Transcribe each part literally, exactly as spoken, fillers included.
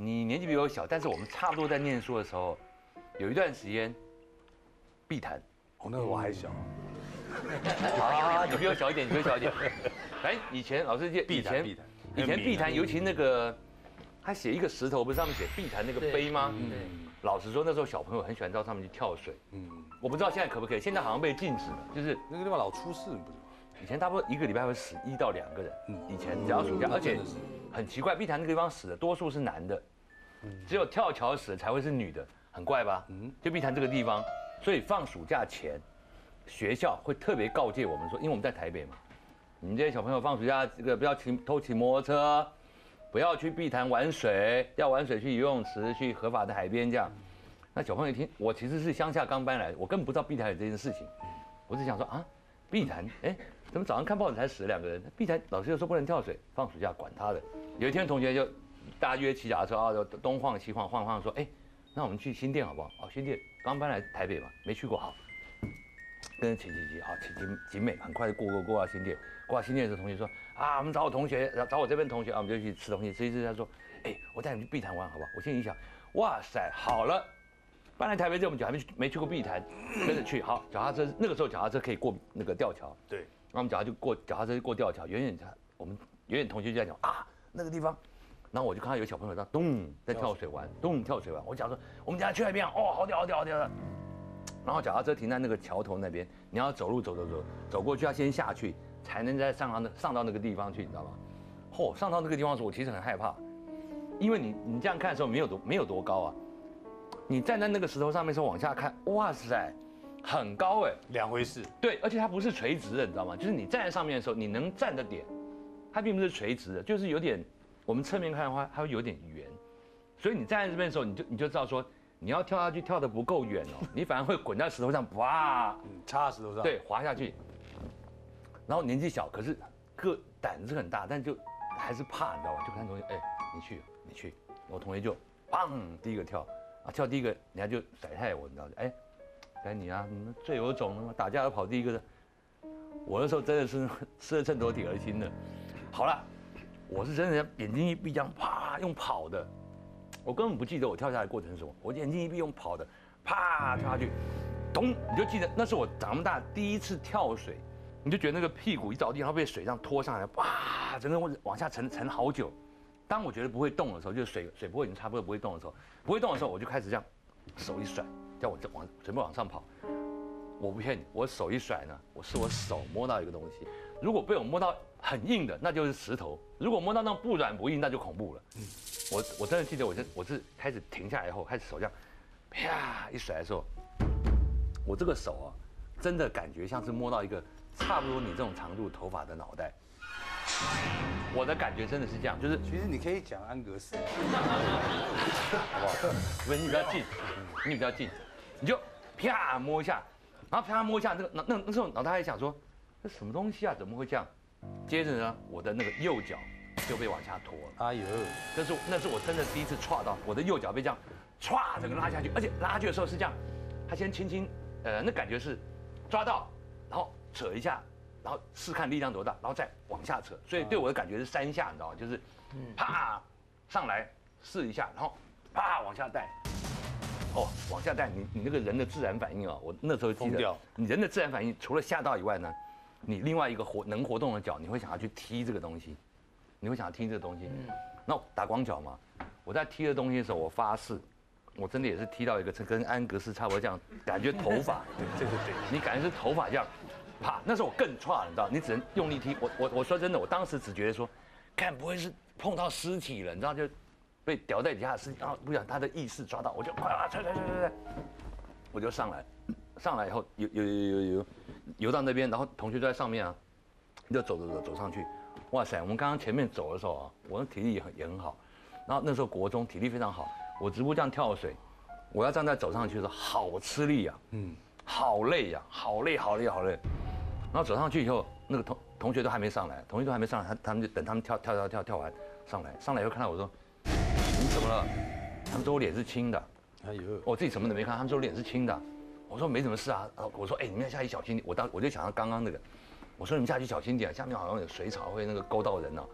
你年纪比我小，但是我们差不多在念书的时候，有一段时间，碧潭。 哦，那个我还小。 啊，你比我小一点，你比我小一点。哎，以前老师记，以前以前碧潭，尤其那个，他写一个石头，不是上面写碧潭那个碑吗？对。老实说，那时候小朋友很喜欢到上面去跳水。嗯。我不知道现在可不可以，现在好像被禁止了，就是那个地方老出事，不是吗？ 以前差不多一个礼拜会死一到两个人。嗯。以前只要暑假，而且很奇怪，碧潭那个地方死的多数是男的，只有跳桥死的才会是女的，很怪吧？嗯。就碧潭这个地方，所以放暑假前。学校会特别告诫我们说，因为我们在台北嘛，你们这些小朋友放暑假这个不要骑偷骑摩托车，不要去碧潭玩水，要玩水去游泳池，去合法的海边这样。那小朋友一听，我其实是乡下刚搬来，我根本不知道碧潭有这件事情，我只想说啊，碧潭，哎，怎么早上看报纸才死了两个人？碧潭老师又说不能跳水，放暑假管他的。有一天同学就大家约骑脚踏车啊，东晃西晃晃晃说，哎，那我们去新店好不好？哦，新店刚搬来台北嘛，没去过，好。跟着骑骑骑，好骑景景美，很快就过过过到新店。过到新店的时候，同学说啊，我们找我同学，找我这边同学啊，我们就去吃东西。吃一吃，他说，哎，我带你去碧潭玩，好不好？我心里想，哇塞，好了，搬来台北这么久，还没没去过碧潭，跟着去。好，脚踏车那个时候脚踏车可以过那个吊桥， 对， 那我们脚踏就过脚踏车过吊桥，远远我们远远同学就在讲啊那个地方。然后我就看到有小朋友在咚在跳水玩，咚跳水玩。我讲说我们家去那边，哦，好屌好屌好屌。然后脚踏车停在那个桥头那边，你要走路走走走走过去，要先下去，才能再上到那上到那个地方去，你知道吗？嚯，上到那个地方的时候，我其实很害怕，因为你你这样看的时候没有多没有多高啊，你站在那个石头上面的时候往下看，哇塞，很高哎， 两回事。 对，而且它不是垂直的，你知道吗？就是你站在上面的时候，你能站的点，它并不是垂直的，就是有点我们侧面看的话，它会有点圆，所以你站在这边的时候，你就你就知道说。你要跳下去跳得不够远哦，你反而会滚在石头上，哇， 嗯，插在石头上， 对，滑下去。然后年纪小，可是个胆子很大，但就还是怕，你知道吧？就看同学，哎，你去，你去。我同学就，砰，第一个跳，啊，跳第一个，人家就甩太我，你知道吗？哎，该你啊，你们最有种了，打架要跑第一个的。我那时候真的是吃了秤砣铁了心的。好了，我是真的眼睛一闭，这样啪用跑的。我根本不记得我跳下来的过程是什么，我眼睛一闭用跑的，啪跳下去，咚，你就记得那是我长那么大第一次跳水，你就觉得那个屁股一着地，然后被水这样拖上来，哇，整个往往下沉沉好久。当我觉得不会动的时候，就是水水波已经差不多不会动的时候，不会动的时候，我就开始这样，手一甩，叫我往准备往上跑。我不骗你，我手一甩呢，我是我手摸到一个东西，如果被我摸到很硬的，那就是石头；如果摸到那种不软不硬，那就恐怖了。嗯我我真的记得，我是我是开始停下来以后，开始手这样，啪一甩的时候，我这个手啊，真的感觉像是摸到一个差不多你这种长度头发的脑袋。我的感觉真的是这样，就是其实你可以讲安格斯， 好不好？不是你比较近，你比较近，你就啪摸一下，然后啪摸一下，那个那那那时候脑袋还想说，这什么东西啊？怎么会这样？接着呢，我的那个右脚。就被往下拖了， 哎呦， 那是那是我真的第一次歘到，我的右脚被这样歘整个拉下去，而且拉下去的时候是这样，他先轻轻，呃，那感觉是抓到，然后扯一下，然后试看力量多大，然后再往下扯，所以对我的感觉是三下，你知道吗？就是啪上来试一下，然后啪往下带，哦，往下带，你你那个人的自然反应啊，我那时候记得，你人的自然反应除了吓到以外呢，你另外一个活能活动的脚，你会想要去踢这个东西。你会想要踢这个东西，那打光脚嘛？我在踢这东西的时候，我发誓，我真的也是踢到一个跟安格斯差不多这样，感觉头发， 对，这个对， 你感觉是头发这样，啪，那时候我更差，你知道，你只能用力踢。我我我说真的，我当时只觉得说，看不会是碰到尸体了，你知道就被吊在底下的尸体，然后不想他的意识抓到，我就快啊，踹踹踹踹踹，我就上来，上来以后游游游游游游到那边，然后同学就在上面啊，就走走走走上去。哇塞！我们刚刚前面走的时候啊，我的体力也很也很好，然后那时候国中体力非常好，我直播这样跳水，我要这样再走上去的时候，好吃力啊，嗯，好累呀、啊，好累好累好累。然后走上去以后，那个同同学都还没上来，同学都还没上来，他他们就等他们跳跳跳跳跳完上来，上来以后看到我说，你怎么了？他们说我脸是青的，哎呦，我自己什么都没看，他们说我脸是青的，我说没什么事啊，我说哎、欸、你们要下去小心点，我当我就想到刚刚那个。我说你们下去小心点，下面好像有水草会那个勾到人呢、啊。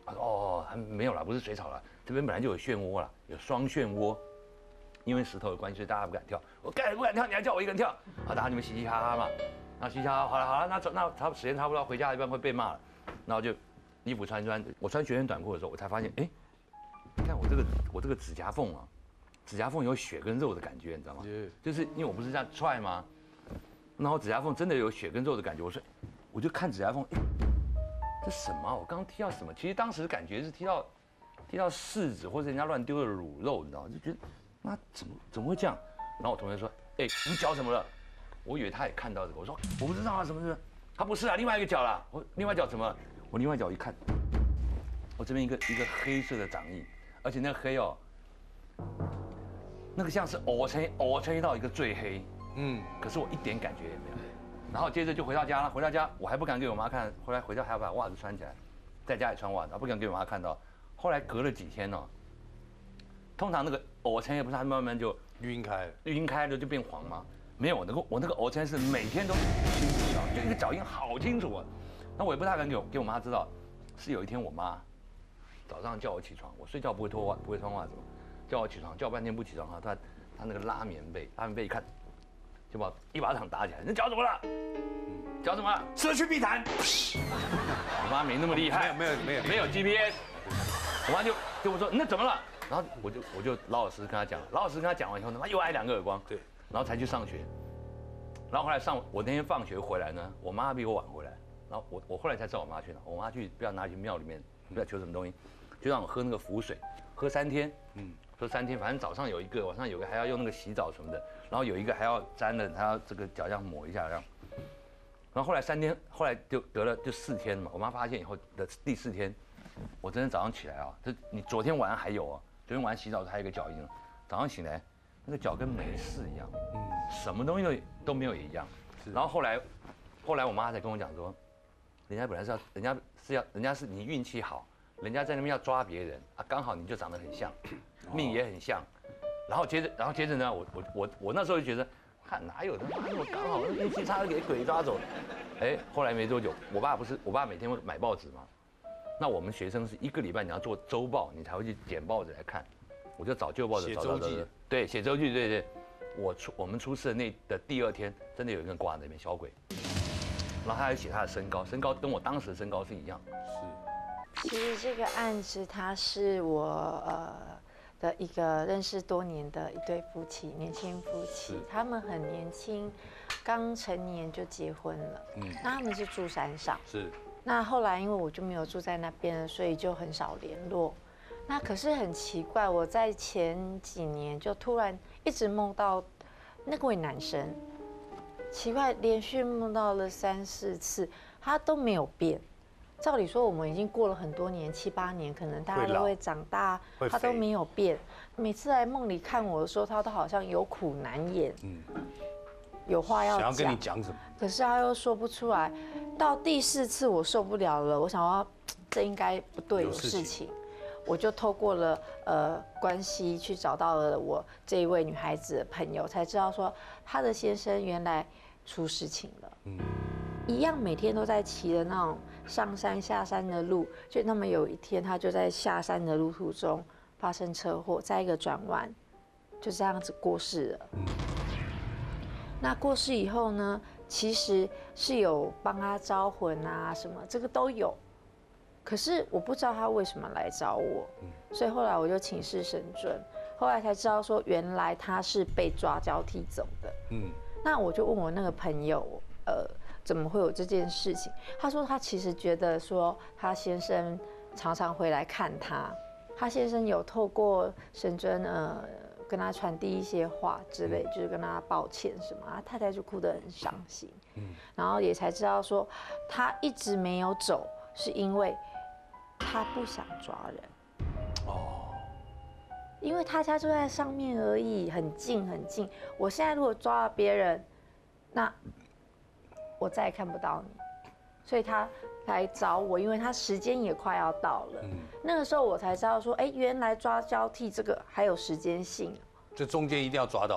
他说哦，还没有啦，不是水草啦，这边本来就有漩涡啦，有双漩涡。因为石头的关系，所以大家不敢跳。我干不敢跳，你还叫我一个人跳？啊，大家你们嘻嘻哈哈嘛。然后嘻嘻哈哈，好了好了，那那差时间差不多，回家一般会被骂了。然后就衣服穿穿，我穿学生短裤的时候，我才发现，哎，看我这个我这个指甲缝啊，指甲缝有血跟肉的感觉，你知道吗？就是因为我不是这样踹吗？然后指甲缝真的有血跟肉的感觉。我说，我就看指甲缝，哎，这什么？我刚刚踢到什么？其实当时感觉是踢到踢到柿子或者人家乱丢的卤肉，你知道吗？就觉得。那怎么怎么会这样？然后我同学说：“哎，你脚怎么了？”我以为他也看到这个，我说：“我不知道啊，什么什么。”他不是啊，另外一个脚啦。我另外一脚怎么了？我另外一脚一看，我这边一个一个黑色的掌印，而且那个黑哦，那个像是偶吹偶吹到一个最黑，嗯，可是我一点感觉也没有。然后接着就回到家了，回到家我还不敢给我妈看，后来回家还要把袜子穿起来，在家里穿袜子，不敢给我妈看到。后来隔了几天哦。通常那个藕青也不是，它慢慢就晕开了， 晕开了就变黄吗？没有，那个我那个藕青是每天都清楚的，就一个脚印好清楚啊。那我也不太敢给我给我妈知道，是有一天我妈早上叫我起床，我睡觉不会脱袜不会穿袜子嘛，叫我起床，叫半天不起床哈，她她那个拉棉被，拉棉被一看，就把一巴掌打起来，你脚怎么了？脚怎么了？社区地毯。我妈没那么厉害， 没有没有没有没有 G P S， 我妈就对我说那怎么了？然后我就我就老老实实跟他讲，老老实实跟他讲完以后，他妈又挨两个耳光，对，然后才去上学。然后后来上我那天放学回来呢，我妈比我晚回来，然后我我后来才知道我妈去哪，我妈去不知道哪里去庙里面，不知道求什么东西，就让我喝那个符水，喝三天，嗯，喝三天，反正早上有一个，晚上有一个，还要用那个洗澡什么的，然后有一个还要沾了，还要这个脚这样抹一下这样。然后后来三天，后来就得了就四天嘛，我妈发现以后的第四天，我真的早上起来啊，这你昨天晚上还有啊。昨天晚上洗澡还有一个脚印，早上醒来，那个脚跟没事一样，嗯，什么东西都都没有一样。然后后来，后来我妈才跟我讲说，人家本来是要，人家是要，人家是你运气好，人家在那边要抓别人啊，刚好你就长得很像，命也很像。然后接着，然后接着呢，我我我我那时候就觉得，看哪有他妈那么刚好，运气差给鬼抓走。哎，后来没多久，我爸不是，我爸每天会买报纸吗？那我们学生是一个礼拜你要做周报，你才会去捡报纸来看。我就找旧报纸， 写周记， 对，写周记，对对。我出我们出事的那的第二天，真的有一个人挂在那边，小鬼。然后他还写他的身高，身高跟我当时的身高是一样。 是。其实这个案子，它是我呃的一个认识多年的一对夫妻，年轻夫妻，他们很年轻，刚成年就结婚了。嗯。那他们是住山上。 是。 那后来因为我就没有住在那边了，所以就很少联络。那可是很奇怪，我在前几年就突然一直梦到那位男生，奇怪，连续梦到了三四次，他都没有变。照理说我们已经过了很多年，七八年，可能大家都会长大，他都没有变。每次来梦里看我的时候，他都好像有苦难言。嗯。有话要讲， 想要跟你讲什么？ 可是他又说不出来。到第四次我受不了了，我想要，这应该不对，有事情，我就透过了呃关系去找到了我这一位女孩子的朋友，才知道说她的先生原来出事情了。嗯，一样每天都在骑的那种上山下山的路，就那么有一天他就在下山的路途中发生车祸，在一个转弯，就这样子过世了。嗯。那过世以后呢，其实是有帮他招魂啊，什么这个都有，可是我不知道他为什么来找我，所以后来我就请示神尊，后来才知道说原来他是被抓交替走的。嗯，那我就问我那个朋友，呃，怎么会有这件事情？他说他其实觉得说他先生常常回来看他，他先生有透过神尊呃。跟他传递一些话之类，就是跟他抱歉什么，他太太就哭得很伤心。嗯，然后也才知道说，他一直没有走，是因为他不想抓人。哦，因为他家就在上面而已，很近很近。我现在如果抓了别人，那我再也看不到你，所以他来找我，因为他时间也快要到了。嗯，那个时候我才知道说，哎，原来抓交替这个还有时间性， 这中间一定要抓到，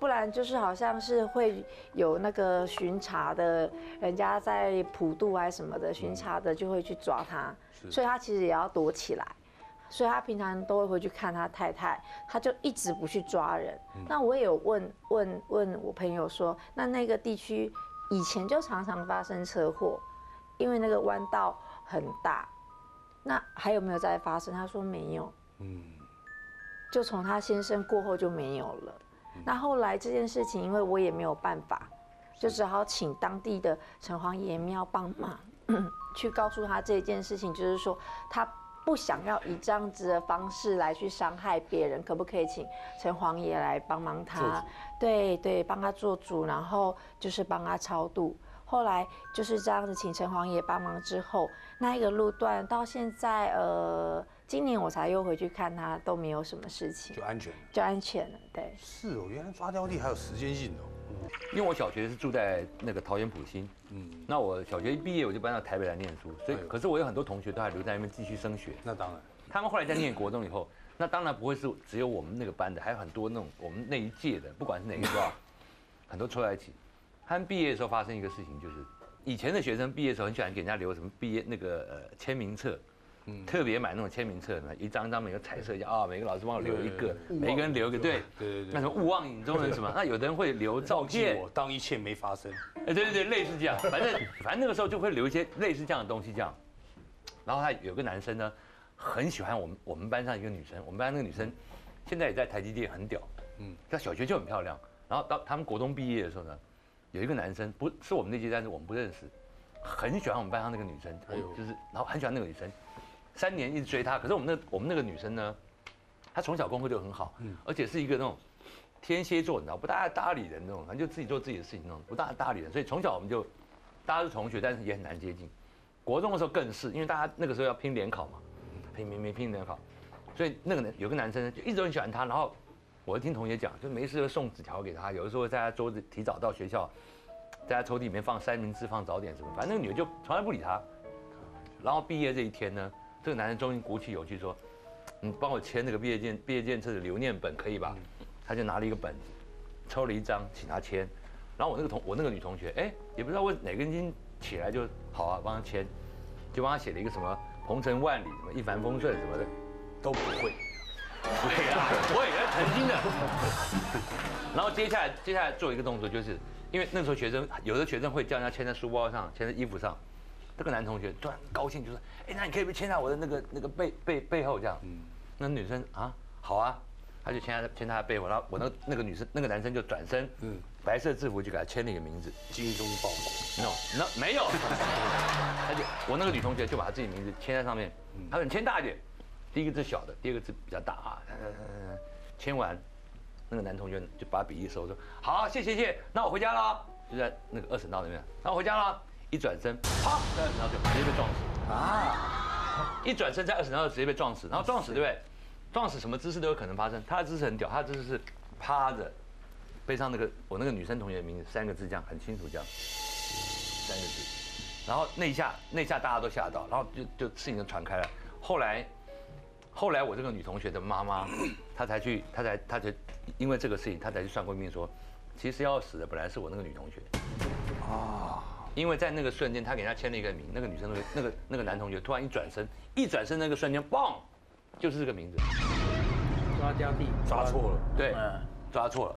不然就是好像是会有那个巡查的，人家在普渡还是什么的，巡查的就会去抓他，所以他其实也要躲起来。所以他平常都会回去看他太太，他就一直不去抓人。那我也有问问问我朋友说，那那个地区以前就常常发生车祸，因为那个弯道很大。那还有没有再发生？他说没有。嗯，就从他先生过后就没有了。那后来这件事情，因为我也没有办法，就只好请当地的城隍爷庙帮忙，去告诉他这件事情，就是说他不想要以这样子的方式来去伤害别人，可不可以请城隍爷来帮忙他？对对，帮他做主，然后就是帮他超度。后来就是这样子，请城隍爷帮忙之后，那一个路段到现在，呃，今年我才又回去看他，都没有什么事情， 就安全了， 就安全了。对， 是哦，原来发雕地还有时间性的哦。 因为我小学是住在那个桃园埔心，嗯，那我小学一毕业我就搬到台北来念书，所以可是我有很多同学都还留在那边继续升学。 那当然， 他们后来在念国中以后，那当然不会是只有我们那个班的，还有很多那种我们那一届的，不管是哪个班，很多凑在一起。他们毕业的时候发生一个事情，就是以前的学生毕业的时候很喜欢给人家留什么毕业那个呃签名册。嗯，特别买那种签名册，一张张每个彩色一下啊，每个老师帮我留一个，每个人留一个，对对对对， 那什么勿忘影中人什么，那有的人会留照片， 我当一切没发生， 哎，对对对，类似这样，反正反正那个时候就会留一些类似这样的东西这样，然后他有个男生呢，很喜欢我们我们班上一个女生，我们班那个女生现在也在台积电很屌，嗯，她小学就很漂亮，然后到他们国中毕业的时候呢，有一个男生不是我们那届，但是我们不认识，很喜欢我们班上那个女生，就是然后很喜欢那个女生。三年一直追她，可是我们那我们那个女生呢，她从小功课就很好，嗯，而且是一个那种天蝎座，你知道不大搭理人那种，反正就自己做自己的事情那种，不大搭理人，所以从小我们就大家是同学，但是也很难接近。国中的时候更是，因为大家那个时候要拼联考嘛，拼拼拼拼联考，所以那个有个男生就一直都很喜欢她，然后我听同学讲，就没事就送纸条给她，有的时候在她桌子提早到学校，在她抽屉里面放三明治、放早点什么，反正那个女的就从来不理他。然后毕业这一天呢。这个男人终于鼓起勇气说：“你帮我签那个毕业建毕业建册的留念本，可以吧？”他就拿了一个本子，抽了一张，请他签。然后我那个同我那个女同学，哎，也不知道为哪根筋起来就好啊，帮他签，就帮他写了一个什么“鹏程万里”什么“一帆风顺”什么的， 都不会。 对呀，我也在诚心的。然后接下来接下来做一个动作，就是因为那时候学生有的学生会叫人家签在书包上，签在衣服上。这个男同学突然高兴，就说：“哎，那你可以不可以签在我的那个那个背背背后这样？”嗯，那女生啊，好啊，他就签他签他的背后，然后我那那个女生那个男生就转身，嗯，白色制服就给他签了一个名字， 精忠报国。 no， 那没有，他就我那个女同学就把他自己名字签在上面，他说你签大一点，第一个字小的，第二个字比较大啊，签完，那个男同学就把笔一收说：“好，谢谢谢谢，那我回家了。”就在那个二省道那边，那我回家了。一转身，啪，在二省道就直接被撞死啊！一转身在二省道就直接被撞死，然后撞死对不对？撞死什么姿势都有可能发生。他的姿势很屌，他的姿势是趴着，背上那个我那个女生同学的名字三个字这样很清楚这样，三个字。然后那一下那一下大家都吓到，然后就就事情就传开了。后来后来我这个女同学的妈妈，她才去，她才她才因为这个事情，她才去算过命说，其实要死的本来是我那个女同学啊。因为在那个瞬间，他给他签了一个名，那个女生同学，那个那个男同学突然一转身，一转身那个瞬间，嘣，就是这个名字， 抓交地， 抓错了， 对，抓错了。